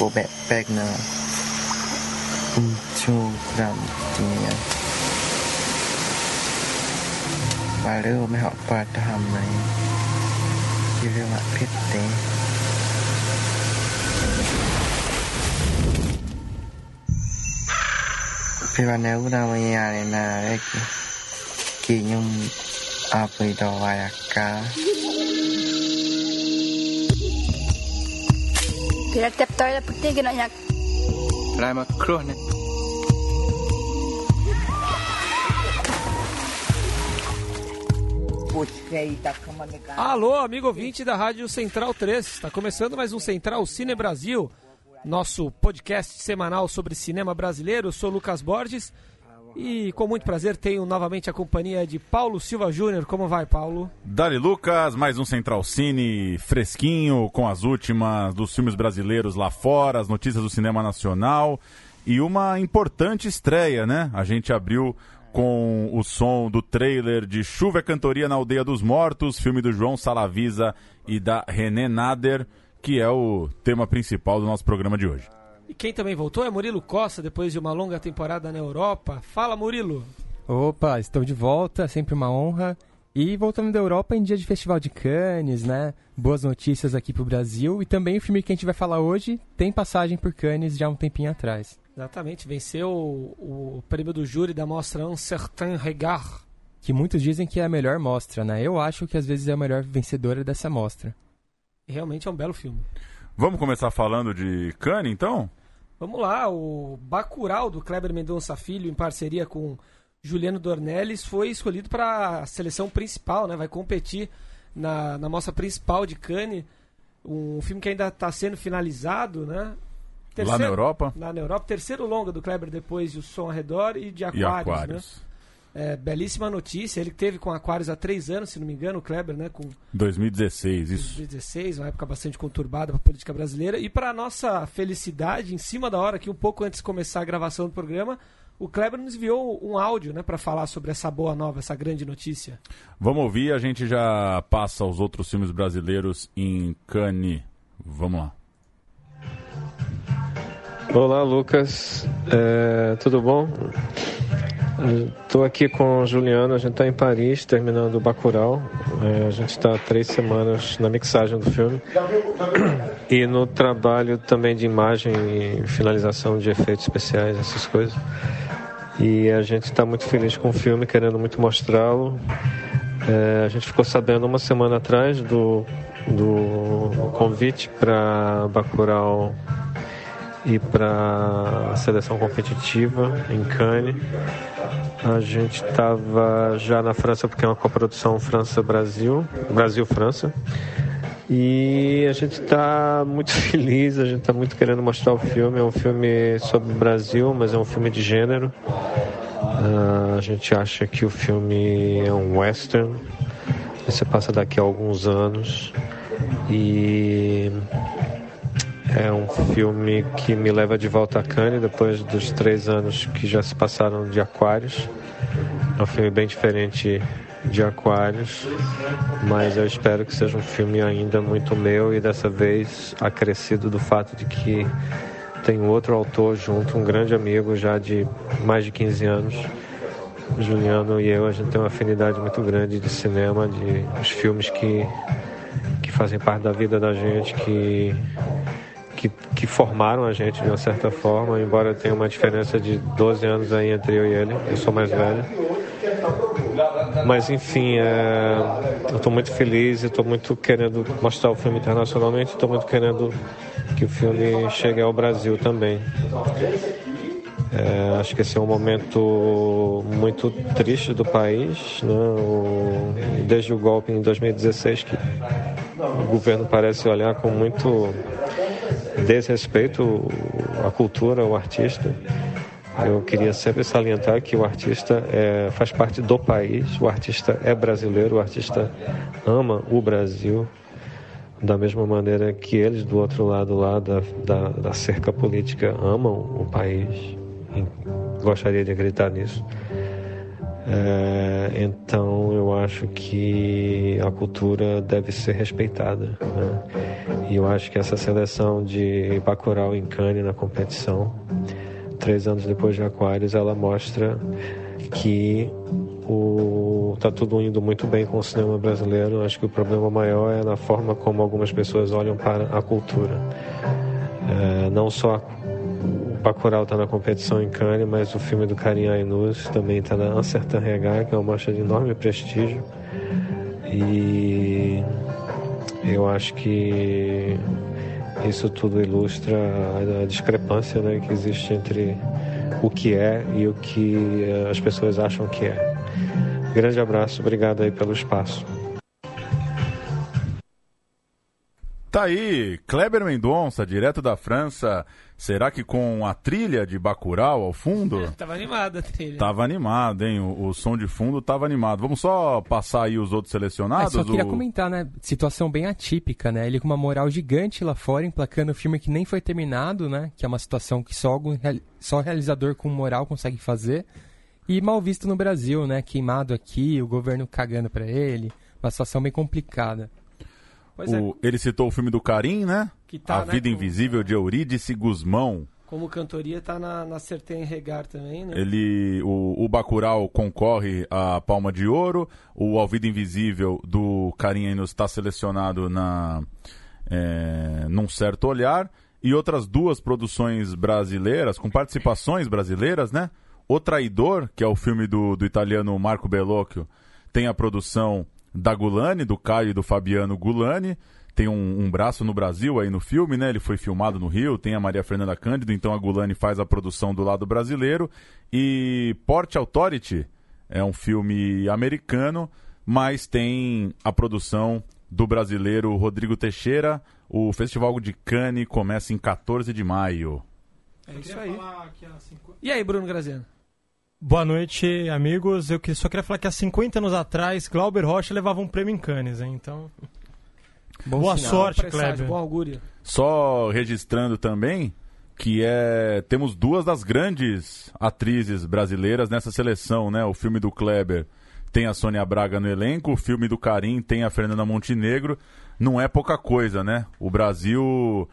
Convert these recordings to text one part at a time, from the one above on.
của bạn Wagner Chu rằng thì và lưu mấy họ qua thầm này thì lưu mặt biết tế vì bà nếu nào mà nhà này là đây kỳ nhung bởi đồ vài cá Kira tiap tahu ada putih kena nyak. Lại mà kruh này. Alô, amigo ouvinte da Rádio Central 3. Está começando mais um Central Cine Brasil, nosso podcast semanal sobre cinema brasileiro. Eu sou Lucas Borges e com muito prazer tenho novamente a companhia de Paulo Silva Júnior. Como vai, Paulo? Dali Lucas, mais um Central Cine fresquinho, com as últimas dos filmes brasileiros lá fora, as notícias do cinema nacional e uma importante estreia, né? A gente abriu com o som do trailer de Chuva é Cantoria na Aldeia dos Mortos, filme do João Salavisa e da René Nader, que é o tema principal do nosso programa de hoje. E quem também voltou é Murilo Costa, depois de uma longa temporada na Europa. Fala, Murilo! Opa, estou de volta, sempre uma honra. E voltando da Europa em dia de Festival de Cannes, né? Boas notícias aqui pro Brasil. E também o filme que a gente vai falar hoje tem passagem por Cannes já há um tempinho atrás. Exatamente, venceu o prêmio do júri da mostra Un Certain Regard. Que muitos dizem que é a melhor mostra, né? Eu acho que às vezes é a melhor vencedora dessa mostra. E realmente é um belo filme. Vamos começar falando de Cannes, então? Vamos lá, o Bacurau, do Kleber Mendonça Filho, em parceria com Juliano Dornelles, foi escolhido para a seleção principal, né? Vai competir na mostra principal de Cannes, um filme que ainda está sendo finalizado, né? Lá na Europa? Lá na Europa, terceiro longa do Kleber depois de O Som ao Redor e de Aquários. Né? Belíssima notícia, ele teve com Aquários há 3 anos, se não me engano, o Kleber, né? Com 2016, isso. 2016, uma época bastante conturbada para a política brasileira. E para nossa felicidade, em cima da hora, aqui um pouco antes de começar a gravação do programa, o Kleber nos enviou um áudio, né, para falar sobre essa boa nova, essa grande notícia. Vamos ouvir, a gente já passa os outros filmes brasileiros em Cannes. Vamos lá. Olá, Lucas. Tudo bom? Estou aqui com o Juliano, a gente está em Paris, terminando o Bacurau. A gente está há 3 semanas na mixagem do filme e no trabalho também de imagem e finalização de efeitos especiais, essas coisas. E a gente está muito feliz com o filme, querendo muito mostrá-lo. A gente ficou sabendo uma semana atrás do convite para Bacurau e para a seleção competitiva em Cannes. A gente estava já na França porque é uma coprodução França-Brasil, Brasil-França, e a gente está muito feliz, a gente está muito querendo mostrar o filme. É um filme sobre o Brasil, mas é um filme de gênero. A gente acha que o filme é um western, você passa daqui a alguns anos, e é um filme que me leva de volta a Cannes depois dos 3 anos que já se passaram de Aquários. É um filme bem diferente de Aquários, mas eu espero que seja um filme ainda muito meu e dessa vez acrescido do fato de que tem outro autor junto, um grande amigo já de mais de 15 anos. O Juliano e eu, a gente tem uma afinidade muito grande de cinema, de os filmes que fazem parte da vida da gente, que formaram a gente de uma certa forma, embora tenha uma diferença de 12 anos aí entre eu e ele. Eu sou mais velho. Mas enfim, eu estou muito feliz e estou muito querendo mostrar o filme internacionalmente, estou muito querendo que o filme chegue ao Brasil também. Acho que esse é um momento muito triste do país, né? Desde o golpe em 2016, que o governo parece olhar com muito desrespeito à cultura, ao artista. Eu queria sempre salientar que o artista faz parte do país, o artista é brasileiro, o artista ama o Brasil, da mesma maneira que eles do outro lado lá da cerca política amam o país. Gostaria de acreditar nisso. Então eu acho que a cultura deve ser respeitada, né? E eu acho que essa seleção de Bacurau em Cannes na competição, 3 anos depois de Aquarius, ela mostra que tá tudo indo muito bem com o cinema brasileiro. Eu acho que o problema maior é na forma como algumas pessoas olham para a cultura. Não só o Bacurau está na competição em Cannes, mas o filme do Karim Ainuz também está na Un Certain Regard, que é uma mostra de enorme prestígio. E eu acho que isso tudo ilustra a discrepância, né, que existe entre o que é e o que as pessoas acham que é. Grande abraço, obrigado aí pelo espaço. Tá aí, Kleber Mendonça, direto da França. Será que com a trilha de Bacurau ao fundo? Tava animada a trilha. Tava animado, hein? O som de fundo tava animado. Vamos só passar aí os outros selecionados? Só queria comentar, né? Situação bem atípica, né? Ele com uma moral gigante lá fora, emplacando o filme que nem foi terminado, né? Que é uma situação que só realizador com moral consegue fazer. E mal visto no Brasil, né? Queimado aqui, o governo cagando pra ele. Uma situação bem complicada. Ele citou o filme do Karim, né? Que tá, A Vida Invisível de Eurídice Guzmão. Como cantoria tá na Certain Regard também, né? O Bacurau concorre à Palma de Ouro. O A Vida Invisível do Karim Ainuz está selecionado num Certo Olhar. E outras 2 produções brasileiras, com participações brasileiras, né? O Traidor, que é o filme do italiano Marco Bellocchio, tem a produção da Gulani, do Caio e do Fabiano Gulani. Tem um braço no Brasil aí no filme, né? Ele foi filmado no Rio, tem a Maria Fernanda Cândido, então a Gulani faz a produção do lado brasileiro. E Port Authority é um filme americano, mas tem a produção do brasileiro Rodrigo Teixeira. O Festival de Cannes começa em 14 de maio. É isso aí. E aí, Bruno Graziano? Boa noite, amigos. Eu só queria falar que há 50 anos atrás, Glauber Rocha levava um prêmio em Cannes, hein? Então, boa sorte, Kleber. Bom augúrio. Só registrando também que temos 2 das grandes atrizes brasileiras nessa seleção, né? O filme do Kleber tem a Sônia Braga no elenco, o filme do Karim tem a Fernanda Montenegro. Não é pouca coisa, né? O Brasil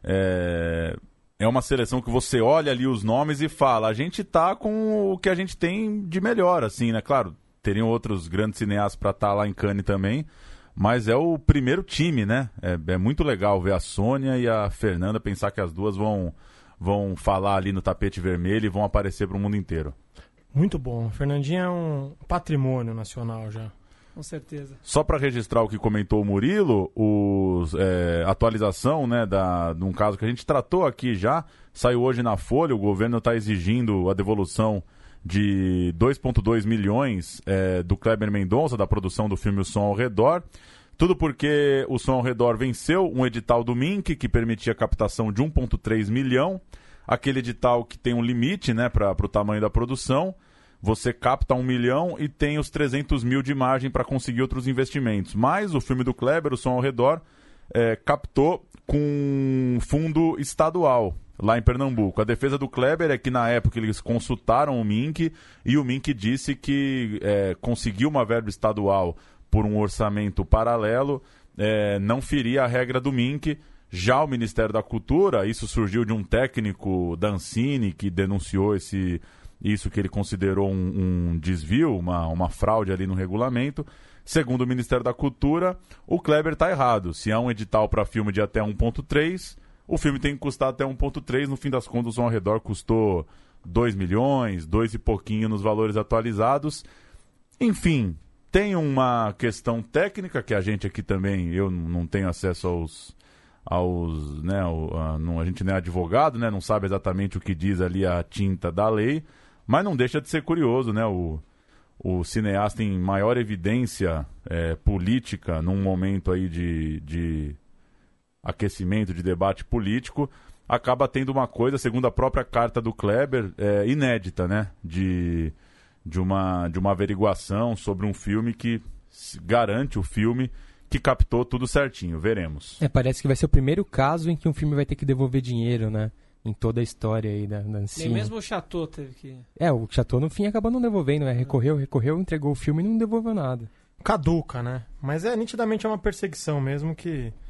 é uma seleção que você olha ali os nomes e fala, a gente tá com o que a gente tem de melhor, assim, né? Claro, teriam outros grandes cineastas para estar lá em Cannes também, mas é o primeiro time, né? É muito legal ver a Sônia e a Fernanda, pensar que as 2 vão falar ali no tapete vermelho e vão aparecer para o mundo inteiro. Muito bom. Fernandinha é um patrimônio nacional já. Com certeza. Só para registrar o que comentou o Murilo, atualização, né, de um caso que a gente tratou aqui já, saiu hoje na Folha, o governo está exigindo a devolução de 2,2 milhões do Kleber Mendonça, da produção do filme O Som ao Redor. Tudo porque O Som ao Redor venceu um edital do MINC que permitia a captação de 1,3 milhão. Aquele edital que tem um limite, né, para o tamanho da produção. Você capta 1 milhão e tem os 300 mil de margem para conseguir outros investimentos. Mas o filme do Kleber, O Som ao Redor, captou com fundo estadual, lá em Pernambuco. A defesa do Kleber é que na época eles consultaram o MINC e o MINC disse que conseguiu uma verba estadual por um orçamento paralelo, não feria a regra do MINC. Já o Ministério da Cultura, isso surgiu de um técnico da Ancine que denunciou isso que ele considerou um desvio, uma fraude ali no regulamento. Segundo o Ministério da Cultura, o Kleber está errado. Se há um edital para filme de até 1,3, o filme tem que custar até 1,3. No fim das contas, O Som ao Redor custou 2 milhões, 2 e pouquinho nos valores atualizados. Enfim, tem uma questão técnica que a gente aqui também, eu não tenho acesso né, a gente não é advogado, né, não sabe exatamente o que diz ali a tinta da lei, mas não deixa de ser curioso, né, o cineasta em maior evidência política num momento aí de aquecimento, de debate político, acaba tendo uma coisa, segundo a própria carta do Kleber, inédita, né, de uma averiguação sobre um filme que garante o filme que captou tudo certinho. Veremos. Parece que vai ser o primeiro caso em que um filme vai ter que devolver dinheiro, né? Em toda a história aí da Ancine. Nem mesmo o Chateau teve que... O Chateau no fim acabou não devolvendo, né? Recorreu, entregou o filme e não devolveu nada. Caduca, né? Mas nitidamente é uma perseguição mesmo que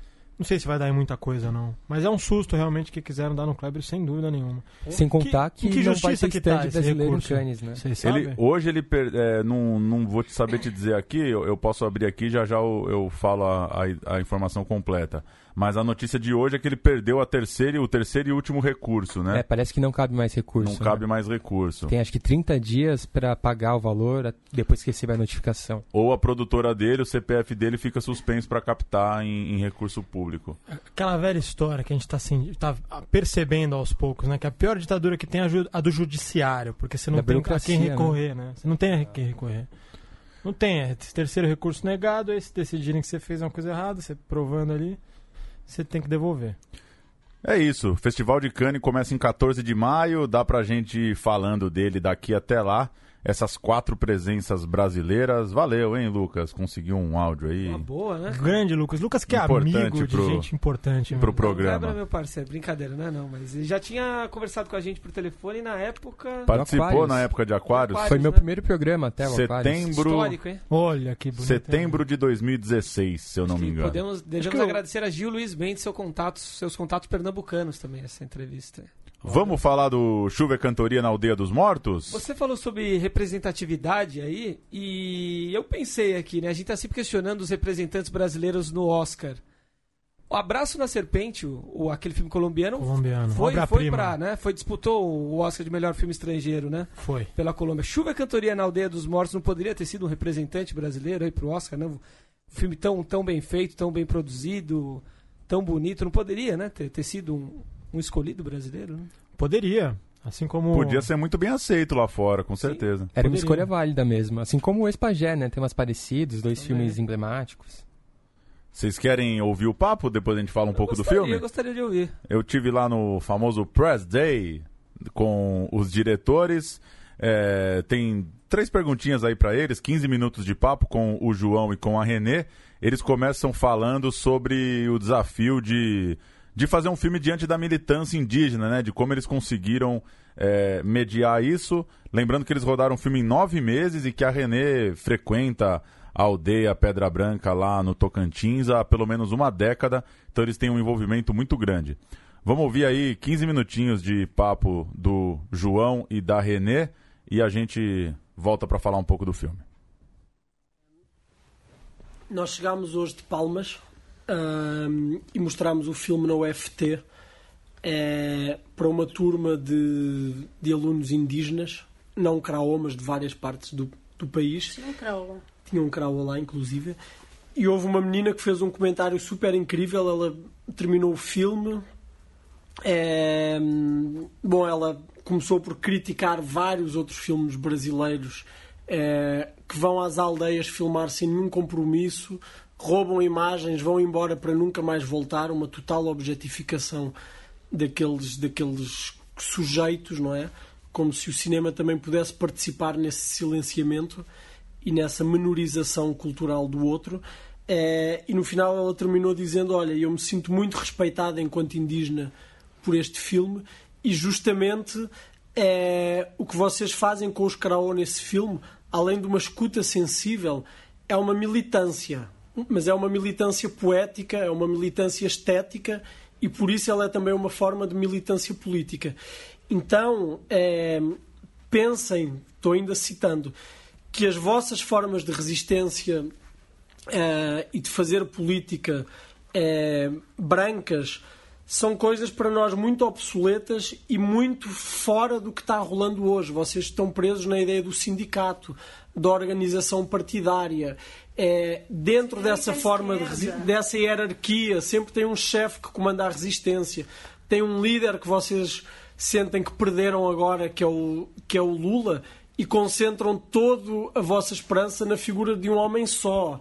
Não sei se vai dar em muita coisa, não. Mas é um susto, realmente, que quiseram dar no Kleber, sem dúvida nenhuma. Sem contar que não vai ter stand brasileiro em Cannes, né? Vocês sabem? Hoje ele... não vou saber te dizer aqui, eu posso abrir aqui, já eu falo a informação completa. Mas a notícia de hoje é que ele perdeu o terceiro e último recurso, né? Parece que não cabe mais recurso. Não cabe mais recurso. Tem acho que 30 dias para pagar o valor depois que receber a notificação. Ou a produtora dele, o CPF dele fica suspenso para captar em recurso público. Aquela velha história que a gente tá percebendo aos poucos, né? Que a pior ditadura que tem é a do judiciário, porque você não tem a quem recorrer, né? Você não tem a quem recorrer. Não tem, esse terceiro recurso negado, aí se decidirem que você fez uma coisa errada, você provando ali, você tem que devolver. É isso, o Festival de Cannes começa em 14 de maio, dá pra gente ir falando dele daqui até lá. Essas 4 presenças brasileiras, valeu, hein, Lucas? Conseguiu um áudio aí. Uma boa, né? Grande, Lucas. Lucas que é amigo de gente importante. Pro programa. Não é meu parceiro, brincadeira, né? Não, mas ele já tinha conversado com a gente por telefone na época... Participou na época de Aquários? Foi meu primeiro programa até o Aquários. Histórico, hein? Olha que bonito. Setembro de 2016, se eu não me engano. Devemos agradecer a Gil Luiz Mendes, seus contatos pernambucanos também, essa entrevista. Vamos falar do Chuva e Cantoria na Aldeia dos Mortos? Você falou sobre representatividade aí, e eu pensei aqui, né? A gente tá sempre questionando os representantes brasileiros no Oscar. O Abraço na Serpente, aquele filme colombiano, disputou o Oscar de melhor filme estrangeiro, né? Foi. Pela Colômbia. Chuva e Cantoria na Aldeia dos Mortos não poderia ter sido um representante brasileiro aí pro Oscar, né? Um filme tão bem feito, tão bem produzido, tão bonito, não poderia, né? Ter sido um escolhido brasileiro, né? Poderia, assim como... Podia ser muito bem aceito lá fora, com certeza. Era uma escolha válida mesmo, assim como o Espagé, né? Temas parecidos, 2 filmes emblemáticos. Vocês querem ouvir o papo? Depois a gente fala um pouco do filme? Eu gostaria de ouvir. Eu tive lá no famoso Press Day com os diretores. Tem 3 perguntinhas aí pra eles, 15 minutos de papo com o João e com a Renê. Eles começam falando sobre o desafio de fazer um filme diante da militância indígena, né? De como eles conseguiram mediar isso. Lembrando que eles rodaram um filme em 9 meses e que a Renê frequenta a aldeia Pedra Branca lá no Tocantins há pelo menos uma década. Então eles têm um envolvimento muito grande. Vamos ouvir aí 15 minutinhos de papo do João e da Renê e a gente volta para falar um pouco do filme. Nós chegámos hoje de Palmas e mostramos o filme na UFT para uma turma de alunos indígenas, não Craô, mas de várias partes do país. Tinha um Craô lá, inclusive. E houve uma menina que fez um comentário super incrível. Ela terminou o filme. Ela começou por criticar vários outros filmes brasileiros que vão às aldeias filmar sem nenhum compromisso, roubam imagens, vão embora para nunca mais voltar, uma total objetificação daqueles sujeitos, não é? Como se o cinema também pudesse participar nesse silenciamento e nessa menorização cultural do outro. E no final ela terminou dizendo: olha, eu me sinto muito respeitada enquanto indígena por este filme, e justamente o que vocês fazem com os Craô nesse filme, além de uma escuta sensível, é uma militância, mas é uma militância poética, é uma militância estética, e por isso ela é também uma forma de militância política. Então, pensem, estou ainda citando, que as vossas formas de resistência e de fazer política brancas são coisas para nós muito obsoletas e muito fora do que está rolando hoje. Vocês estão presos na ideia do sindicato, da organização partidária. Dentro dessa forma, dessa hierarquia, sempre tem um chefe que comanda a resistência. Tem um líder que vocês sentem que perderam agora, que é o Lula, e concentram toda a vossa esperança na figura de um homem só.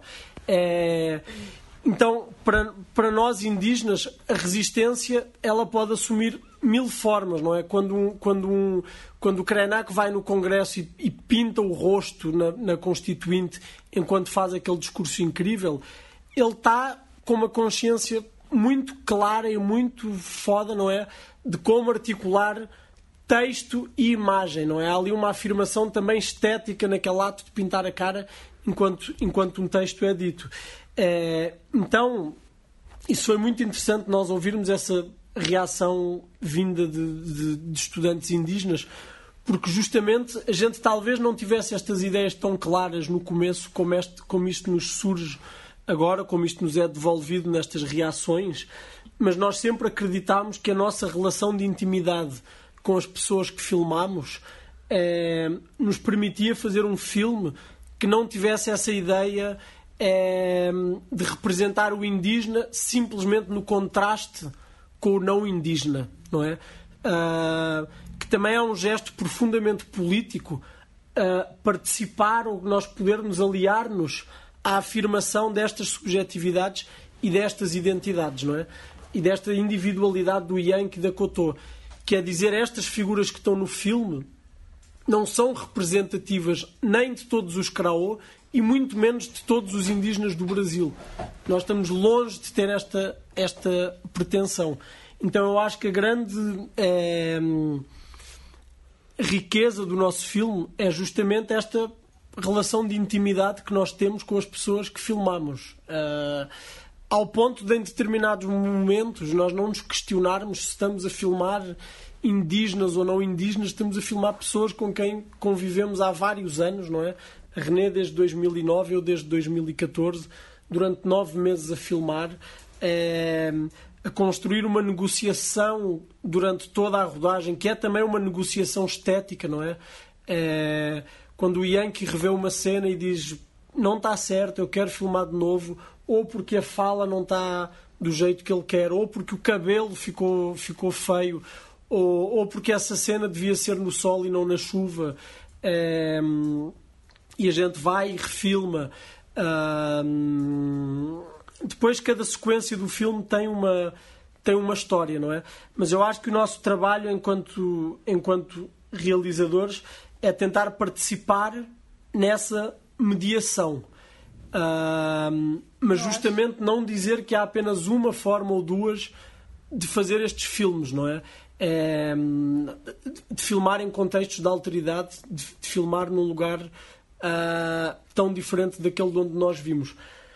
Então, para nós indígenas, a resistência ela pode assumir 1000 formas, não é? Quando o Krenak vai no Congresso e pinta o rosto na Constituinte enquanto faz aquele discurso incrível, ele está com uma consciência muito clara e muito foda, não é? De como articular texto e imagem, não é? Há ali uma afirmação também estética naquele ato de pintar a cara enquanto um texto é dito. Então, isso foi muito interessante nós ouvirmos essa reação vinda de estudantes indígenas, porque justamente a gente talvez não tivesse estas ideias tão claras no começo como isto nos surge agora, como isto nos é devolvido nestas reações, mas nós sempre acreditámos que a nossa relação de intimidade com as pessoas que filmámos nos permitia fazer um filme que não tivesse essa ideia de representar o indígena simplesmente no contraste com o não indígena, não é? Que também é um gesto profundamente político, participar ou nós podermos aliar-nos à afirmação destas subjetividades e destas identidades, não é? E desta individualidade do Yankee e da Cotô. Quer dizer, estas figuras que estão no filme não são representativas nem de todos os Karaô e muito menos de todos os indígenas do Brasil. Nós estamos longe de ter esta pretensão. Então eu acho que a grande riqueza do nosso filme é justamente esta relação de intimidade que nós temos com as pessoas que filmamos. Ao ponto de, em determinados momentos, nós não nos questionarmos se estamos a filmar indígenas ou não indígenas, estamos a filmar pessoas com quem convivemos há vários anos, não é? A René desde 2009, eu desde 2014, durante 9 meses a filmar, a construir uma negociação durante toda a rodagem, que é também uma negociação estética, não é? Quando o Yankee revê uma cena e diz não está certo, eu quero filmar de novo, ou porque a fala não está do jeito que ele quer, ou porque o cabelo ficou feio, ou porque essa cena devia ser no sol e não na chuva, e a gente vai e refilma. Depois cada sequência do filme tem uma história, não é? Mas eu acho que o nosso trabalho enquanto realizadores é tentar participar nessa mediação, mas justamente não dizer que há apenas uma forma ou duas de fazer estes filmes, não é? De filmar em contextos de alteridade, de filmar num lugar tão diferente daquele de onde nós vimos.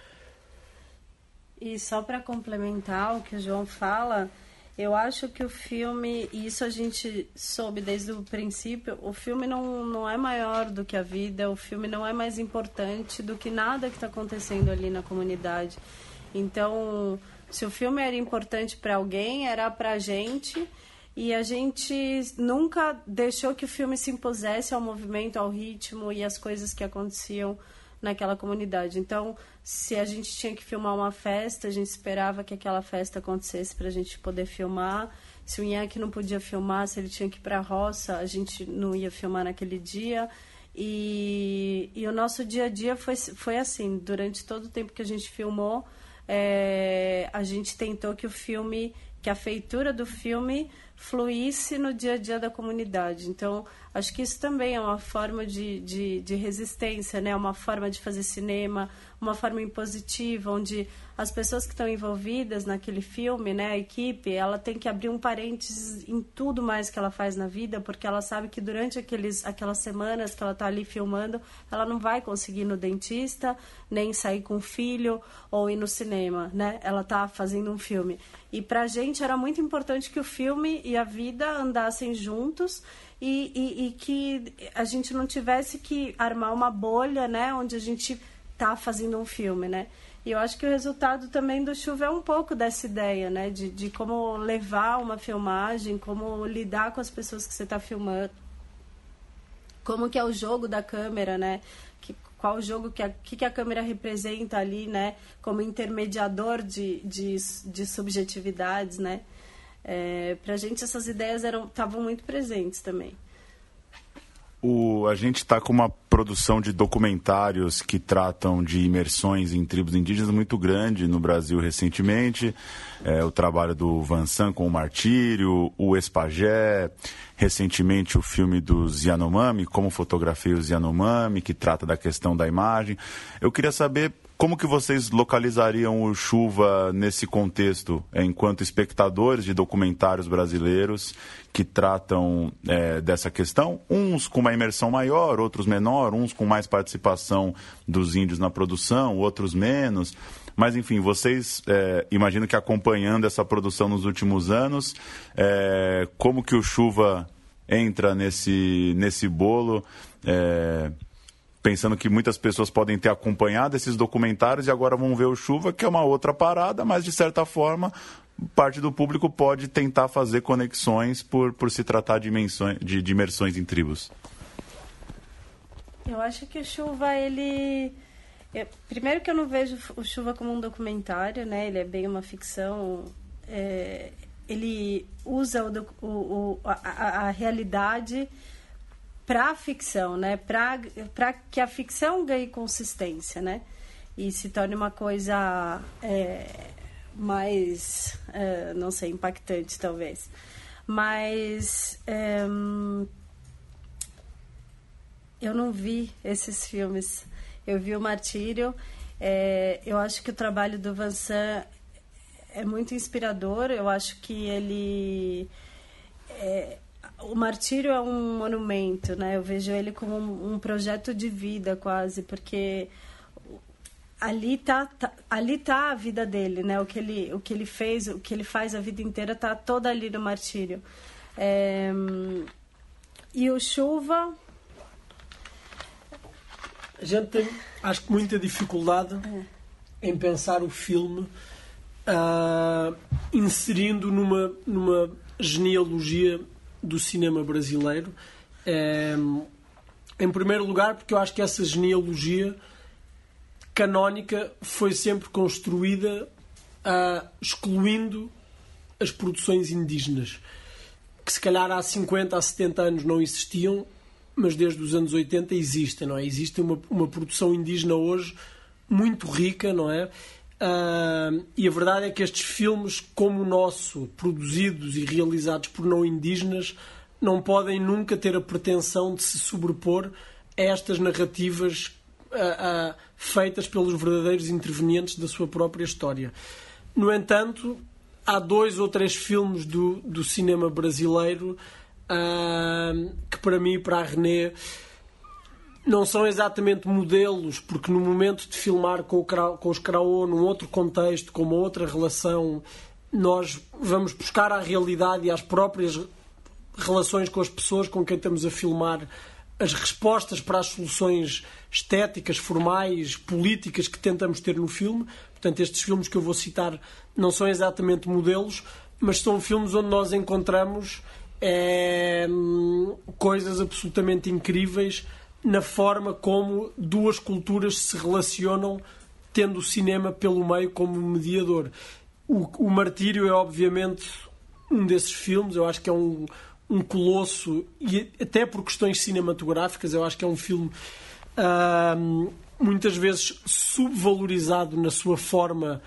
E só para complementar o que o João fala, eu acho que o filme, e isso a gente soube desde o princípio, o filme não é maior do que a vida, o filme não é mais importante do que nada que está acontecendo ali na comunidade. Então, se o filme era importante para alguém, era para a gente, e a gente nunca deixou que o filme se impusesse ao movimento, ao ritmo e às coisas que aconteciam naquela comunidade. Então, se a gente tinha que filmar uma festa, a gente esperava que aquela festa acontecesse para a gente poder filmar. Se o Yankee não podia filmar, se ele tinha que ir para a roça, a gente não ia filmar naquele dia. E o nosso dia a dia foi assim. Durante todo o tempo que a gente filmou, a gente tentou que a feitura do filme fluísse no dia a dia da comunidade. Então, acho que isso também é uma forma de resistência, né? Uma forma de fazer cinema, uma forma impositiva, onde as pessoas que estão envolvidas naquele filme, né, a equipe, ela tem que abrir um parênteses em tudo mais que ela faz na vida, porque ela sabe que durante aquelas semanas que ela está ali filmando, ela não vai conseguir ir no dentista, nem sair com o filho ou ir no cinema, né? Ela está fazendo um filme. E para a gente era muito importante que o filme e a vida andassem juntos e que a gente não tivesse que armar uma bolha, né, onde a gente está fazendo um filme, né? E eu acho que o resultado também do Chuva é um pouco dessa ideia, né, de como levar uma filmagem, como lidar com as pessoas que você está filmando, como que é o jogo da câmera, né? Qual o jogo que a câmera representa ali, né? Como intermediador de subjetividades, né? Pra gente essas ideias estavam muito presentes também. A gente está com uma produção de documentários que tratam de imersões em tribos indígenas muito grande no Brasil recentemente. O trabalho do Vansan com o Martírio, o Espagé, recentemente o filme dos Yanomami, Como Fotografei os Yanomami, que trata da questão da imagem. Eu queria saber como que vocês localizariam o Chuva nesse contexto, enquanto espectadores de documentários brasileiros que tratam dessa questão, uns com uma imersão maior, outros menor, uns com mais participação dos índios na produção, outros menos, Mas, enfim, vocês, imagino que acompanhando essa produção nos últimos anos, como que o Chuva entra nesse bolo, pensando que muitas pessoas podem ter acompanhado esses documentários e agora vão ver o Chuva, que é uma outra parada, mas, de certa forma, parte do público pode tentar fazer conexões por se tratar de imersões em tribos. Eu acho que o Chuva, primeiro que eu não vejo o Chuva como um documentário, né? Ele é bem uma ficção. Ele usa a realidade para a ficção, né? Para que a ficção ganhe consistência, né? E se torne uma coisa mais, não sei, impactante, talvez. Mas eu não vi esses filmes. Eu vi o Martírio. Eu acho que o trabalho do Vincent é muito inspirador. Eu acho que ele... o Martírio é um monumento, né? Eu vejo ele como um projeto de vida, quase, porque ali tá a vida dele, né? O que ele fez, o que ele faz a vida inteira tá toda ali no Martírio. E o Chuva... A gente tem, acho que, muita dificuldade em pensar o filme inserindo numa genealogia do cinema brasileiro. Em primeiro lugar, porque eu acho que essa genealogia canónica foi sempre construída excluindo as produções indígenas, que se calhar há 50, há 70 anos não existiam, mas desde os anos 80 existem, não é? Existe uma produção indígena hoje muito rica, não é? E a verdade é que estes filmes, como o nosso, produzidos e realizados por não indígenas, não podem nunca ter a pretensão de se sobrepor a estas narrativas feitas pelos verdadeiros intervenientes da sua própria história. No entanto, há 2 ou 3 filmes do cinema brasileiro que para mim e para a René não são exatamente modelos, porque no momento de filmar com os Craô, num outro contexto, com uma outra relação, nós vamos buscar à realidade e às próprias relações com as pessoas com quem estamos a filmar as respostas para as soluções estéticas, formais, políticas que tentamos ter no filme. Portanto, estes filmes que eu vou citar não são exatamente modelos, mas são filmes onde nós encontramos coisas absolutamente incríveis na forma como 2 culturas se relacionam, tendo o cinema pelo meio como mediador. O Martírio é obviamente um desses filmes. Eu acho que é um colosso, e até por questões cinematográficas eu acho que é um filme muitas vezes subvalorizado na sua forma,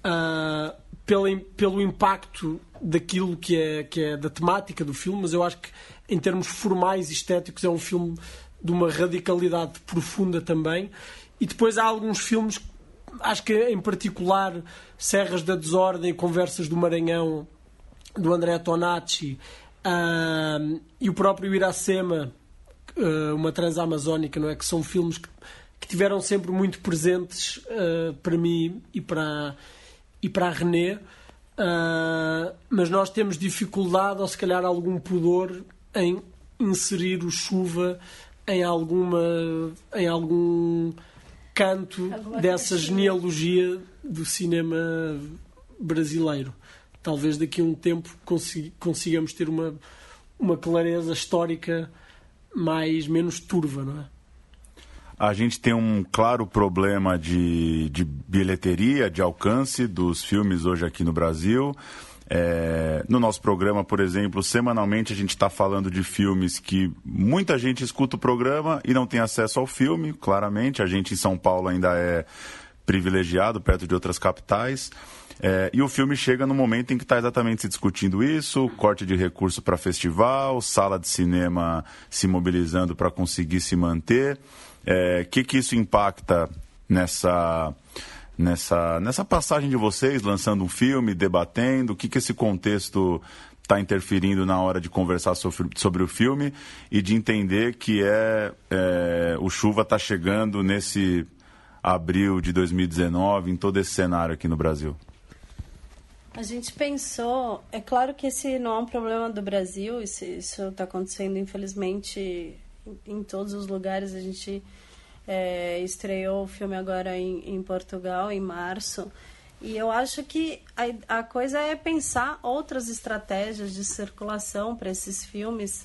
pelo impacto daquilo que é da temática do filme, mas eu acho que em termos formais e estéticos é um filme de uma radicalidade profunda também. E depois há alguns filmes, acho que em particular Serras da Desordem e Conversas do Maranhão, do André Tonacci, e o próprio Iracema, uma Transamazónica, não é? Que são filmes que tiveram sempre muito presentes para mim e para a René, mas nós temos dificuldade, ou se calhar algum pudor, em inserir o Chuva em algum canto dessa genealogia do cinema brasileiro. Talvez daqui a um tempo consigamos ter uma clareza histórica menos turva, não é? A gente tem um claro problema de bilheteria, de alcance dos filmes hoje aqui no Brasil. No nosso programa, por exemplo, semanalmente a gente está falando de filmes que muita gente escuta o programa e não tem acesso ao filme, claramente. A gente em São Paulo ainda é privilegiado, perto de outras capitais. E o filme chega no momento em que está exatamente se discutindo isso, corte de recurso para festival, sala de cinema se mobilizando para conseguir se manter. Que isso impacta nessa passagem de vocês, lançando um filme, debatendo? O que esse contexto está interferindo na hora de conversar sobre o filme e de entender que o Chuva está chegando nesse abril de 2019, em todo esse cenário aqui no Brasil? A gente pensou, é claro que esse não é um problema do Brasil, isso está acontecendo infelizmente em todos os lugares. A gente estreou o filme agora em Portugal, em março, e eu acho que a coisa é pensar outras estratégias de circulação para esses filmes,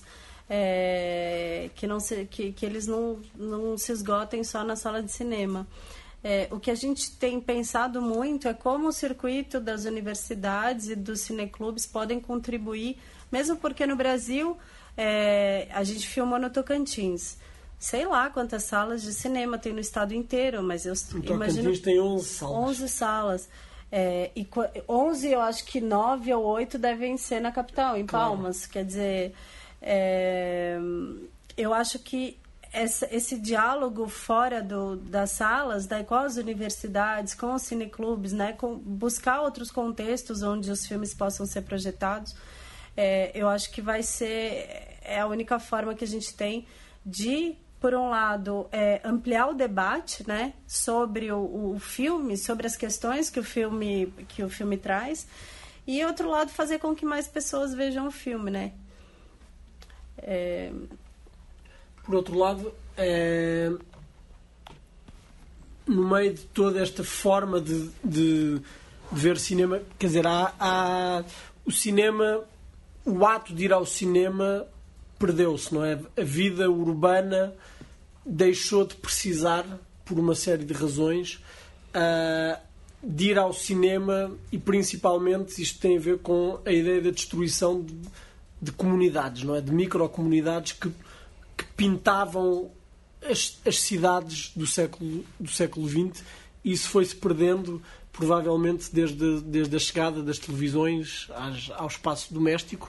que eles não se esgotem só na sala de cinema. O que a gente tem pensado muito é como o circuito das universidades e dos cineclubes podem contribuir, mesmo porque no Brasil a gente filmou no Tocantins. Sei lá quantas salas de cinema tem no estado inteiro, mas eu imagino... Tocantins tem 11 salas. 11 salas. E 11, eu acho que 9 ou 8 devem ser na capital, em Palmas. Quer dizer, eu acho que esse diálogo fora das salas, com as universidades, com os cineclubes, né, buscar outros contextos onde os filmes possam ser projetados, eu acho que vai ser a única forma que a gente tem de, por um lado, ampliar o debate, né, sobre o filme, sobre as questões que o filme traz, e, outro lado, fazer com que mais pessoas vejam o filme, né. Por outro lado, no meio de toda esta forma de ver cinema, quer dizer, há o cinema, o ato de ir ao cinema perdeu-se, não é? A vida urbana deixou de precisar, por uma série de razões, de ir ao cinema, e principalmente isto tem a ver com a ideia da destruição de comunidades, não é? De microcomunidades que pintavam as cidades do século XX, e isso foi-se perdendo provavelmente desde a chegada das televisões ao espaço doméstico.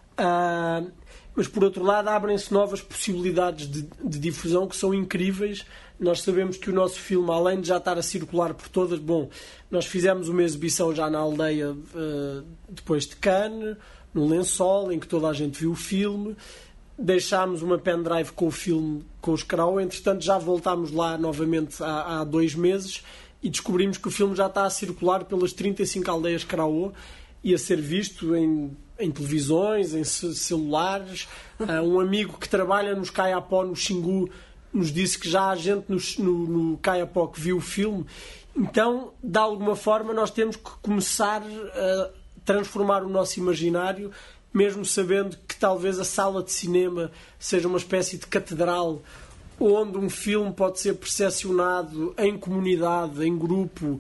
Mas, por outro lado, abrem-se novas possibilidades de difusão que são incríveis. Nós sabemos que o nosso filme, além de já estar a circular por todas... Bom, nós fizemos uma exibição já na Aldeia depois de Cannes, no Lençol, em que toda a gente viu o filme. Deixámos uma pendrive com o filme, com os Karaô. Entretanto, já voltámos lá novamente há 2 meses e descobrimos que o filme já está a circular pelas 35 aldeias Karaô e a ser visto em televisões, em celulares. Um amigo que trabalha nos Kayapó, no Xingu, nos disse que já há gente no Kayapó que viu o filme. Então, de alguma forma, nós temos que começar a transformar o nosso imaginário, mesmo sabendo que talvez a sala de cinema seja uma espécie de catedral onde um filme pode ser percepcionado em comunidade, em grupo,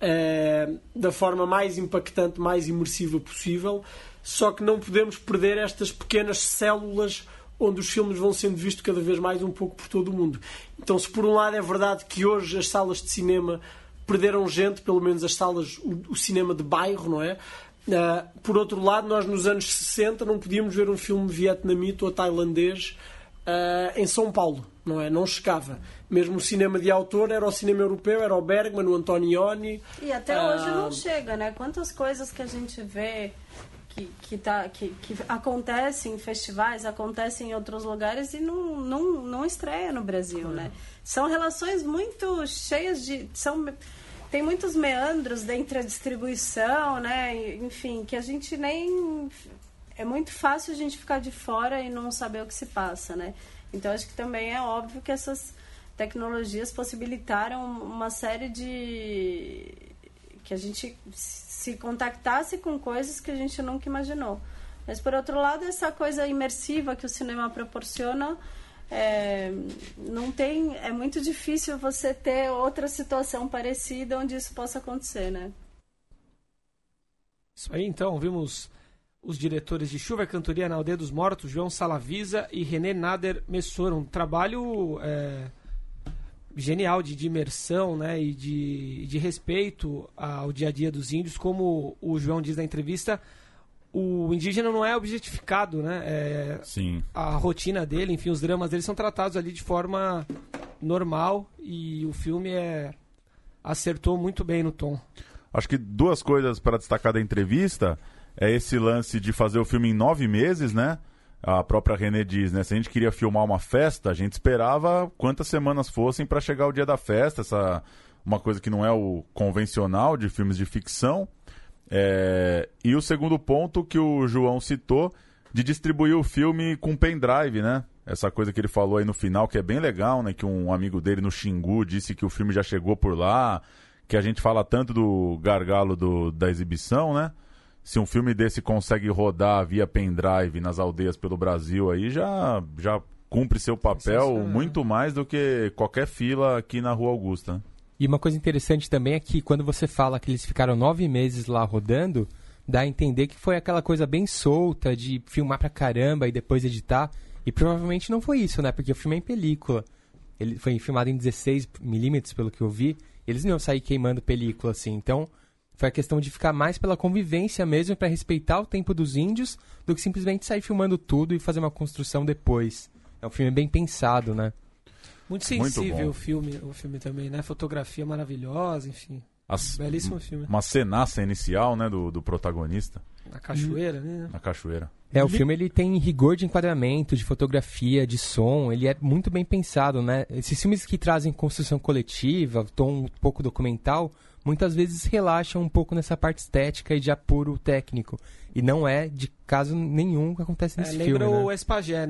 da forma mais impactante, mais imersiva possível. Só que não podemos perder estas pequenas células onde os filmes vão sendo vistos cada vez mais um pouco por todo o mundo. Então, se por um lado é verdade que hoje as salas de cinema perderam gente, pelo menos as salas, o cinema de bairro, não é? Por outro lado, nós nos anos 60 não podíamos ver um filme vietnamita ou tailandês em São Paulo, não é? Não chegava. Mesmo o cinema de autor era o cinema europeu, era o Bergman, o Antonioni. E até hoje não chega, né? Quantas coisas que a gente vê que acontecem em festivais, acontecem em outros lugares e não estreia no Brasil, né? São relações muito cheias de... Tem muitos meandros dentro da distribuição, né? Enfim, que a gente nem... É muito fácil a gente ficar de fora e não saber o que se passa, né? Então, acho que também é óbvio que essas tecnologias possibilitaram uma série de... que a gente se contactasse com coisas que a gente nunca imaginou. Mas, por outro lado, essa coisa imersiva que o cinema proporciona... não tem, é muito difícil você ter outra situação parecida onde isso possa acontecer, né? Isso aí, então, vimos os diretores de Chuva e Cantoria na Aldeia dos Mortos, João Salavisa e René Nader Messoro. Um trabalho genial de imersão, né, e de respeito ao dia a dia dos índios. Como o João diz na entrevista, o indígena não é objetificado, né? Sim. A rotina dele, enfim, os dramas dele são tratados ali de forma normal, e o filme acertou muito bem no tom. Acho que 2 coisas para destacar da entrevista é esse lance de fazer o filme em 9 meses, né? A própria René diz, né? Se a gente queria filmar uma festa, a gente esperava quantas semanas fossem para chegar o dia da festa, uma coisa que não é o convencional de filmes de ficção. E o segundo ponto que o João citou, de distribuir o filme com pendrive, né? Essa coisa que ele falou aí no final, que é bem legal, né? Que um amigo dele no Xingu disse que o filme já chegou por lá, que a gente fala tanto do gargalo da exibição, né? Se um filme desse consegue rodar via pendrive nas aldeias pelo Brasil, aí já cumpre seu papel muito mais do que qualquer fila aqui na Rua Augusta, né? E uma coisa interessante também é que quando você fala que eles ficaram 9 meses lá rodando, dá a entender que foi aquela coisa bem solta de filmar pra caramba e depois editar. E provavelmente não foi isso, né? Porque o filme é em película. Ele foi filmado em 16mm, pelo que eu vi. Eles não iam sair queimando película, assim. Então, foi a questão de ficar mais pela convivência mesmo, pra respeitar o tempo dos índios, do que simplesmente sair filmando tudo e fazer uma construção depois. É um filme bem pensado, né? Muito sensível o filme também, né? Fotografia maravilhosa, enfim. Belíssimo filme. Uma cenaça inicial, né, do protagonista. Na cachoeira, né? Na cachoeira. O filme ele tem rigor de enquadramento, de fotografia, de som, ele é muito bem pensado, né? Esses filmes que trazem construção coletiva, tom um pouco documental, muitas vezes relaxam um pouco nessa parte estética e de apuro técnico. E não é de caso nenhum que acontece nesse filme, lembra né? o Espagé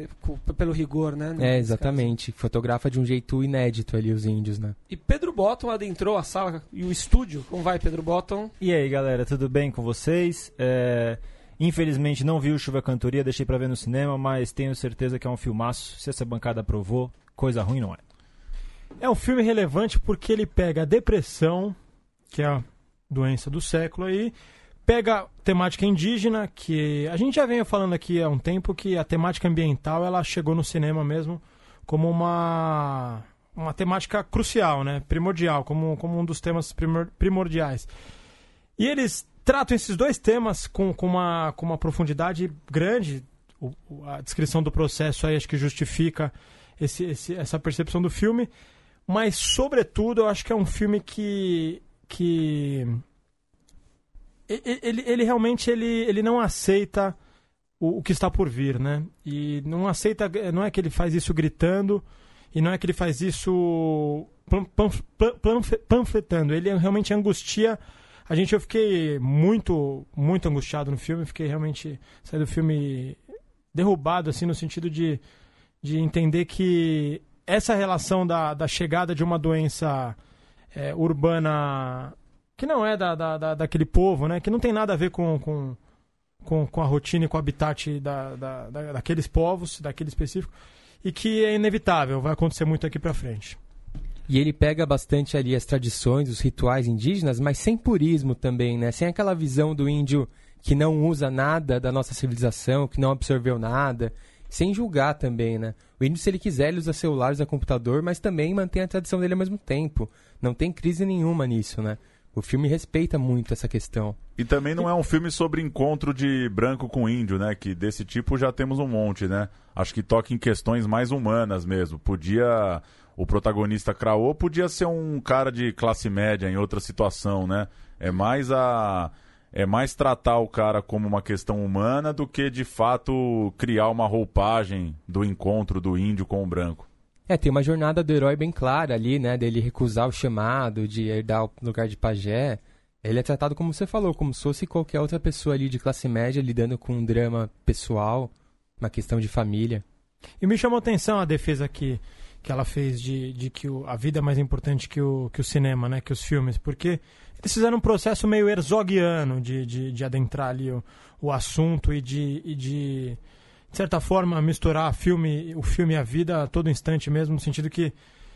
pelo rigor, né? Exatamente. Caso. Fotografa de um jeito inédito ali os índios, né? E Pedro Botton adentrou a sala e o estúdio. Como vai, Pedro Botton? E aí, galera, tudo bem com vocês? Infelizmente não vi o Chuva Cantoria, deixei pra ver no cinema, mas tenho certeza que é um filmaço. Se essa bancada aprovou, coisa ruim não é. É um filme relevante porque ele pega a depressão, que é a doença do século aí, pega temática indígena, que a gente já vem falando aqui há um tempo que a temática ambiental ela chegou no cinema mesmo como uma temática crucial, né? Primordial, como um dos temas primordiais. E eles tratam esses dois temas com uma profundidade grande. A descrição do processo aí acho que justifica essa percepção do filme, mas sobretudo eu acho que é um filme que ele realmente ele não aceita o que está por vir, né? E não aceita, não é que ele faz isso gritando e não é que ele faz isso panfletando, ele realmente angustia a gente. Eu fiquei muito angustiado no filme, fiquei realmente saí do filme derrubado assim no sentido de entender que essa relação da chegada de uma doença urbana que não é daquele povo, né? Que não tem nada a ver com a rotina e com o habitat daqueles povos, daquele específico, e que é inevitável, vai acontecer muito aqui pra frente. E ele pega bastante ali as tradições, os rituais indígenas, mas sem purismo também, né? Sem aquela visão do índio que não usa nada da nossa civilização, que não absorveu nada, sem julgar também, né? O índio, se ele quiser, ele usa celular, usa computador, mas também mantém a tradição dele ao mesmo tempo. Não tem crise nenhuma nisso, né? O filme respeita muito essa questão. E também não é um filme sobre encontro de branco com índio, né? Que desse tipo já temos um monte, né? Acho que toca em questões mais humanas mesmo. O protagonista Craô podia ser um cara de classe média em outra situação, né? É mais tratar o cara como uma questão humana do que, de fato, criar uma roupagem do encontro do índio com o branco. Tem uma jornada do herói bem clara ali, né? Dele recusar o chamado, de herdar o lugar de pajé. Ele é tratado, como você falou, como se fosse qualquer outra pessoa ali de classe média lidando com um drama pessoal, uma questão de família. E me chamou a atenção a defesa que ela fez de que a vida é mais importante que o cinema, né? Que os filmes, porque eles fizeram um processo meio herzogiano de adentrar ali o assunto e de certa forma misturar o filme e a vida a todo instante mesmo, no sentido que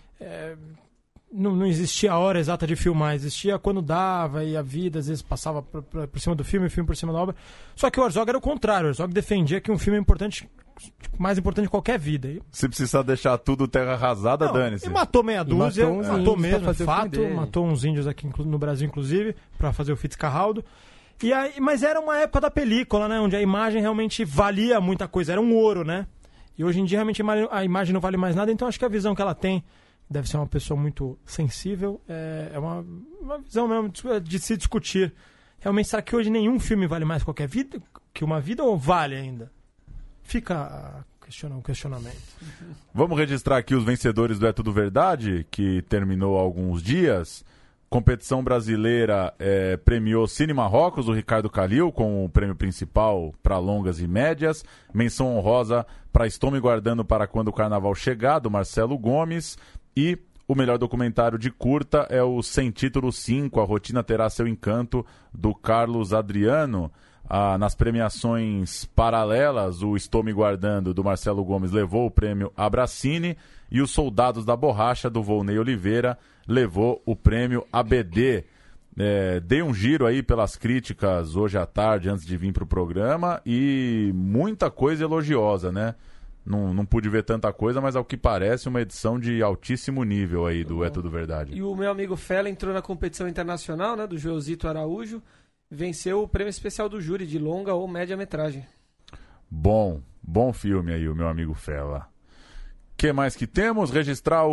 não existia a hora exata de filmar, existia quando dava e a vida às vezes passava por cima do filme, o filme por cima da obra. Só que o Herzog era o contrário, o Herzog defendia que um filme é importante, mais importante que qualquer vida. Se precisar deixar tudo terra arrasada, dane-se. E matou meia dúzia, matou mesmo, fazer fato, matou uns índios aqui no Brasil, inclusive, para fazer o Fitzcarraldo. Mas era uma época da película, né? Onde a imagem realmente valia muita coisa, era um ouro, né? E hoje em dia realmente a imagem não vale mais nada, então acho que a visão que ela tem, deve ser uma pessoa muito sensível, é uma visão mesmo de se discutir. Realmente, será que hoje nenhum filme vale mais que uma vida ou vale ainda? Fica a o questionamento. Vamos registrar aqui os vencedores do É Tudo Verdade, que terminou há alguns dias. Competição brasileira premiou Cine Marrocos, do Ricardo Calil, com o prêmio principal para longas e médias. Menção honrosa para Estou Me Guardando para Quando o Carnaval Chegar, do Marcelo Gomes. E o melhor documentário de curta é o Sem Título 5, A Rotina Terá Seu Encanto, do Carlos Adriano. Nas premiações paralelas, o Estou Me Guardando, do Marcelo Gomes, levou o prêmio Abracine, e os Soldados da Borracha, do Volney Oliveira, levou o prêmio ABD. Dei um giro aí pelas críticas hoje à tarde, antes de vir para o programa, e muita coisa elogiosa, né? Não pude ver tanta coisa, mas ao que parece uma edição de altíssimo nível aí do É Tudo Verdade. E o meu amigo Fela entrou na competição internacional, né, do Joelzito Araújo, venceu o prêmio especial do júri de longa ou média metragem. Bom filme aí, o meu amigo Fela. O que mais que temos? Registrar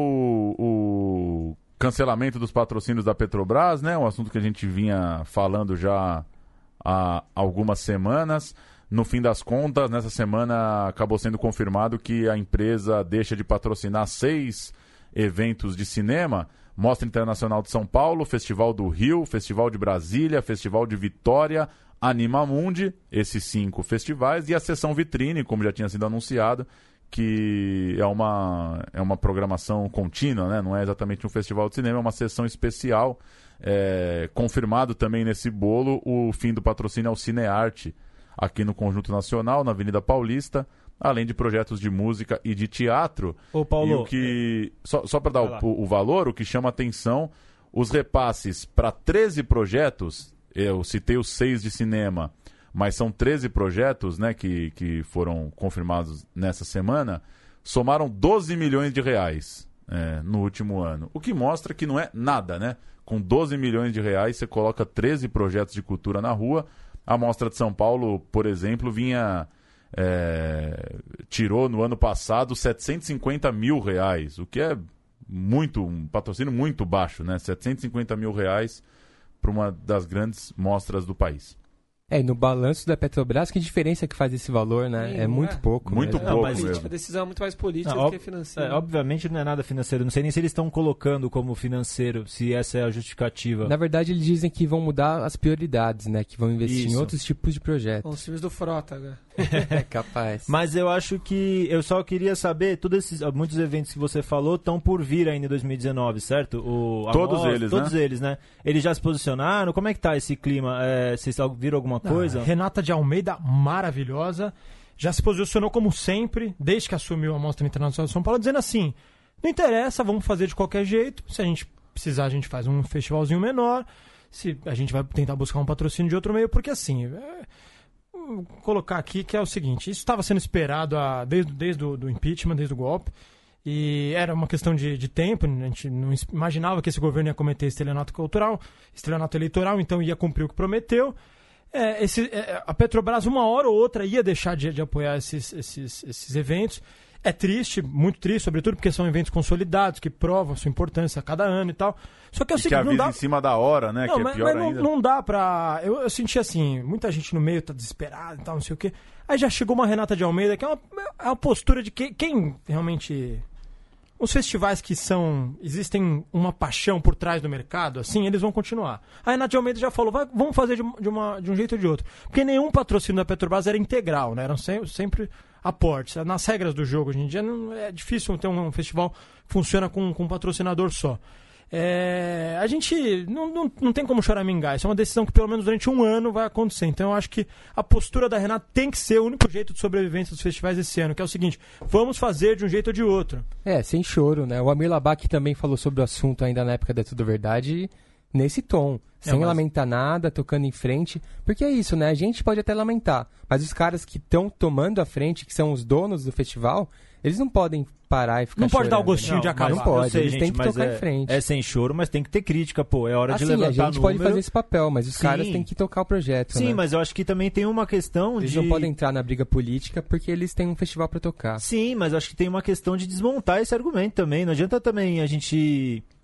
o cancelamento dos patrocínios da Petrobras, né? Um assunto que a gente vinha falando já há algumas semanas. No fim das contas, nessa semana acabou sendo confirmado que a empresa deixa de patrocinar 6 eventos de cinema: Mostra Internacional de São Paulo, Festival do Rio, Festival de Brasília, Festival de Vitória, Animamundi, esses 5 festivais, e a Sessão Vitrine, como já tinha sido anunciado, que é uma programação contínua, né? Não é exatamente um festival de cinema, é uma sessão especial. Confirmado também nesse bolo o fim do patrocínio ao Cinearte, aqui no Conjunto Nacional, na Avenida Paulista, além de projetos de música e de teatro. Ô, Paulo, e o que, só para dar o valor, o que chama atenção, os repasses para 13 projetos, eu citei os 6 de cinema, mas são 13 projetos, né, que foram confirmados nessa semana, somaram 12 milhões de reais no último ano. O que mostra que não é nada, né? Com 12 milhões de reais você coloca 13 projetos de cultura na rua. A Mostra de São Paulo, por exemplo, tirou no ano passado 750 mil reais, o que é um patrocínio muito baixo, né? 750 mil reais para uma das grandes mostras do país. E no balanço da Petrobras, que diferença que faz esse valor, né? Sim, é muito pouco. Muito pouco mesmo. A decisão é muito mais política do que financeira. Obviamente não é nada financeiro. Não sei nem se eles estão colocando como financeiro, se essa é a justificativa. Na verdade, eles dizem que vão mudar as prioridades, né? Que vão investir em outros tipos de projetos. Com os filmes do Frota agora. Capaz. Mas eu acho que... Eu só queria saber, muitos eventos que você falou estão por vir ainda em 2019, certo? Todos eles, né? Eles já se posicionaram? Como é que tá esse clima? Vocês viram alguma coisa? Renata de Almeida, maravilhosa, já se posicionou como sempre, desde que assumiu a Mostra Internacional de São Paulo, dizendo assim, não interessa, vamos fazer de qualquer jeito, se a gente precisar a gente faz um festivalzinho menor, se a gente vai tentar buscar um patrocínio de outro meio, porque assim, vou colocar aqui que é o seguinte, isso estava sendo esperado desde o impeachment, desde o golpe, e era uma questão de tempo, a gente não imaginava que esse governo ia cometer estelionato eleitoral, então ia cumprir o que prometeu. A Petrobras, uma hora ou outra, ia deixar de apoiar esses eventos. É triste, muito triste, sobretudo porque são eventos consolidados, que provam a sua importância a cada ano e tal. Só que é o seguinte, não dá... em cima da hora, né? Não, que é pior ainda. Não dá pra... Eu senti assim, muita gente no meio tá desesperada e tal, não sei o quê. Aí já chegou uma Renata de Almeida, que é uma postura de quem realmente... Os festivais que existem uma paixão por trás do mercado, assim, eles vão continuar. A Renata de Almeida já falou, vamos fazer de um jeito ou de outro. Porque nenhum patrocínio da Petrobras era integral, né? Eram sempre aportes. Nas regras do jogo, hoje em dia, é difícil ter um festival que funciona com um patrocinador só. A gente não tem como choramingar. Isso é uma decisão que pelo menos durante um ano vai acontecer. Então eu acho que a postura da Renata tem que ser o único jeito de sobrevivência dos festivais esse ano, que é o seguinte, vamos fazer de um jeito ou de outro. Sem choro, né? O Amir Labak também falou sobre o assunto ainda na época da Tudo Verdade, nesse tom, sem lamentar nada, tocando em frente, porque é isso, né? A gente pode até lamentar, mas os caras que estão tomando a frente, que são os donos do festival, eles não podem parar e ficar Não chorando, pode dar o gostinho de acabar. Não pode, sei, eles têm que tocar em frente. É sem choro, mas tem que ter crítica, pô. É hora de levantar número. A gente pode fazer esse papel, mas os caras têm que tocar o projeto, Sim, né? mas eu acho que também tem uma questão eles não podem entrar na briga política porque eles têm um festival pra tocar. Sim, mas eu acho que tem uma questão de desmontar esse argumento também. Não adianta também a gente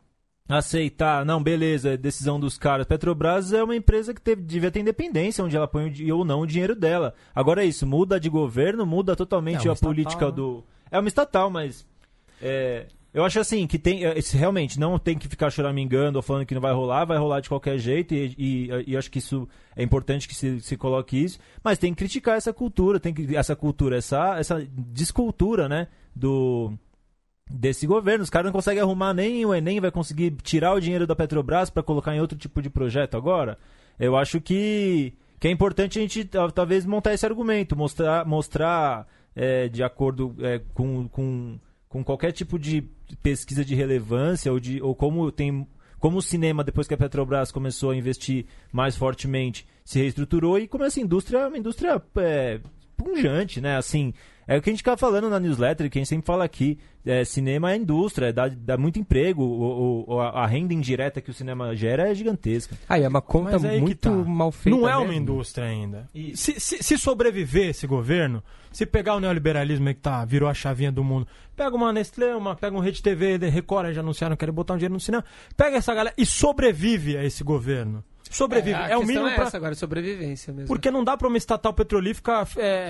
aceitar, não, beleza, decisão dos caras. Petrobras é uma empresa que devia ter independência, onde ela põe ou não o dinheiro dela. Agora é isso, muda de governo, muda totalmente a política do... É uma estatal, mas... eu acho assim, que realmente não tem que ficar choramingando ou falando que não vai rolar de qualquer jeito, e acho que isso é importante que se coloque isso, mas tem que criticar essa cultura, essa descultura, né, desse governo. Os caras não conseguem arrumar, nem o Enem vai conseguir tirar o dinheiro da Petrobras para colocar em outro tipo de projeto agora. Eu acho que é importante a gente talvez montar esse argumento, mostrar de acordo com qualquer tipo de pesquisa de relevância ou como o cinema, depois que a Petrobras começou a investir mais fortemente, se reestruturou, e como essa indústria é uma indústria pungente, né? Assim, é o que a gente fica falando na newsletter, que a gente sempre fala aqui, cinema é indústria, dá muito emprego, a renda indireta que o cinema gera é gigantesca. É uma conta muito mal feita. Não é mesmo. Uma indústria ainda. Se sobreviver esse governo, se pegar o neoliberalismo aí que virou a chavinha do mundo, pega uma Nestlé, pega um Rede TV, Record, já anunciaram que querem botar um dinheiro no cinema, pega essa galera e sobrevive a esse governo. Sobrevive. A o mínimo essa agora, sobrevivência mesmo. Porque não dá para uma estatal petrolífica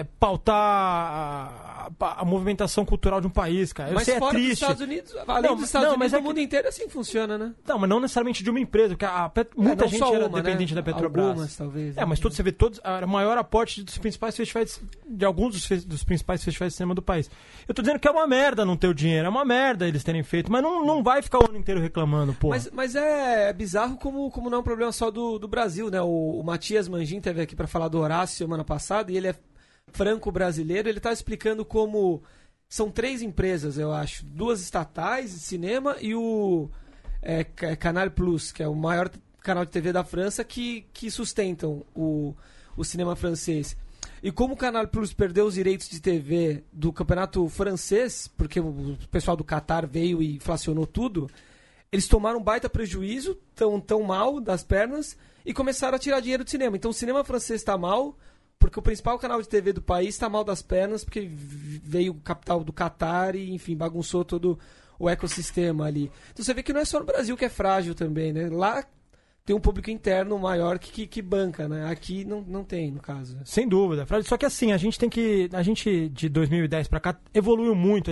pautar a movimentação cultural de um país, cara. Mas sei, fora é triste. dos Estados Unidos, além dos Estados Unidos, o mundo inteiro assim funciona, né? Não, mas não necessariamente de uma empresa, porque muita gente era dependente da Petrobras. Algumas, talvez. Mas você vê o maior aporte dos principais festivais, de alguns dos principais festivais de cinema do país. Eu tô dizendo que é uma merda não ter o dinheiro, é uma merda eles terem feito, mas não vai ficar o ano inteiro reclamando, pô. Mas é bizarro como não é um problema só do Brasil, né? O Matias Mangin teve aqui para falar do Horácio semana passada, e ele é franco-brasileiro. Ele tá explicando como são 3 empresas, eu acho, 2 estatais de cinema e o Canal Plus, que é o maior canal de TV da França, que sustentam o cinema francês. E como o Canal Plus perdeu os direitos de TV do campeonato francês, porque o pessoal do Qatar veio e inflacionou tudo, eles tomaram um baita prejuízo, tão mal das pernas, e começaram a tirar dinheiro do cinema. Então o cinema francês está mal, porque o principal canal de TV do país está mal das pernas, porque veio o capital do Qatar e, enfim, bagunçou todo o ecossistema ali. Então você vê que não é só no Brasil que é frágil também, né? Lá tem um público interno maior que banca, né? Aqui não tem, no caso. Sem dúvida. Só que assim, a gente de 2010 para cá evoluiu muito.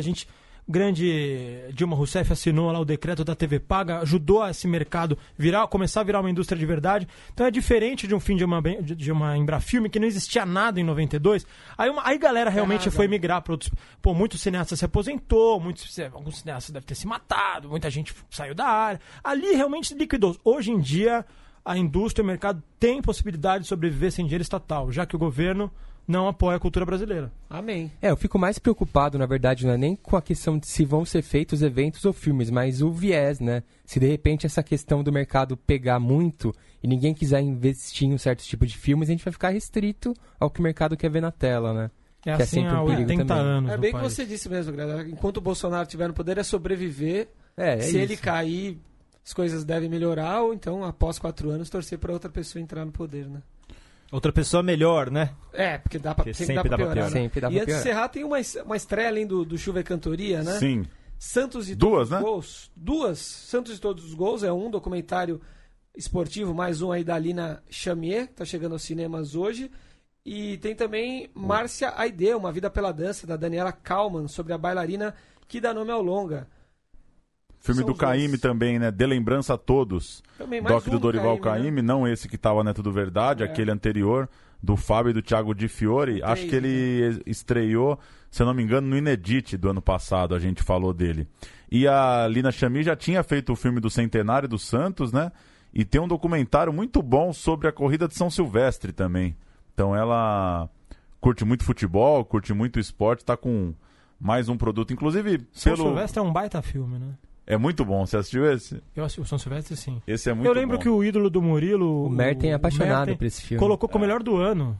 Grande Dilma Rousseff assinou lá o decreto da TV paga, ajudou esse mercado começar a virar uma indústria de verdade. Então é diferente de um fim de uma Embrafilme, que não existia nada em 92. Aí galera realmente foi migrar para outros. Pô, muitos cineastas se aposentou, alguns cineastas devem ter se matado, muita gente saiu da área. Ali realmente liquidou. Hoje em dia, a indústria e o mercado têm possibilidade de sobreviver sem dinheiro estatal, já que o governo não apoia a cultura brasileira. Amém. Eu fico mais preocupado, na verdade, não é nem com a questão de se vão ser feitos eventos ou filmes, mas o viés, né? Se de repente essa questão do mercado pegar muito e ninguém quiser investir em um certo tipo de filmes, a gente vai ficar restrito ao que o mercado quer ver na tela, né? É que assim, é sempre um perigo 80 também. Anos. É bem o que você disse mesmo, Grada. Enquanto o Bolsonaro estiver no poder, é sobreviver. Se ele cair, as coisas devem melhorar, ou então, após 4 anos, torcer para outra pessoa entrar no poder, né? Outra pessoa melhor, né? Porque sempre dá pra piorar. Sempre dá pra antes de encerrar, tem uma estreia além do Chuva e Cantoria, né? Sim. Santos e Todos os Gols. 2. Santos e Todos os Gols é um documentário esportivo, mais um aí da Lina Chamier, que tá chegando aos cinemas hoje. E tem também Márcia Aide, Uma Vida pela Dança, da Daniela Kalman, sobre a bailarina que dá nome ao longa. Filme do Caymmi também, né? De Lembrança a Todos. Também mais Doc do Dorival Caymmi, né? Não esse que estava na Tudo Verdade, aquele anterior, do Fábio e do Thiago Di Fiore. Acho que ele estreou, se eu não me engano, no Inedit do ano passado, a gente falou dele. E a Lina Chamier já tinha feito o filme do Centenário do Santos, né? E tem um documentário muito bom sobre a corrida de São Silvestre também. Então ela curte muito futebol, curte muito esporte, tá com mais um produto, inclusive São Silvestre é um baita filme, né? É muito bom. Você assistiu esse? Eu assisti o São Silvestre, sim. Esse é muito bom. Eu lembro que o ídolo do Murilo... O Merten é apaixonado por esse filme. Colocou como o melhor do ano.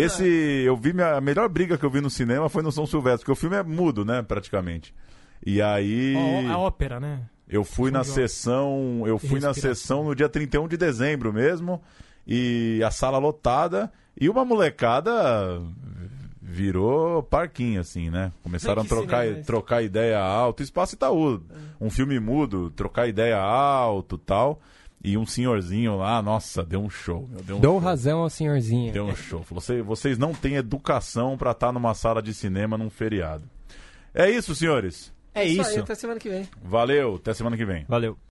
Eu vi a melhor briga que eu vi no cinema foi no São Silvestre, porque o filme é mudo, né, praticamente. E aí... A ópera, né? Eu fui na sessão... no dia 31 de dezembro mesmo, e a sala lotada, e uma molecada virou parquinho, assim, né? Começaram a trocar ideia alto. Espaço Itaú. Um filme mudo, trocar ideia alto e tal. E um senhorzinho lá, nossa, deu um show. Dou razão ao senhorzinho. Deu um show. Vocês não têm educação pra estar numa sala de cinema num feriado. É isso, senhores. É isso. Aí, até semana que vem. Valeu, até semana que vem. Valeu.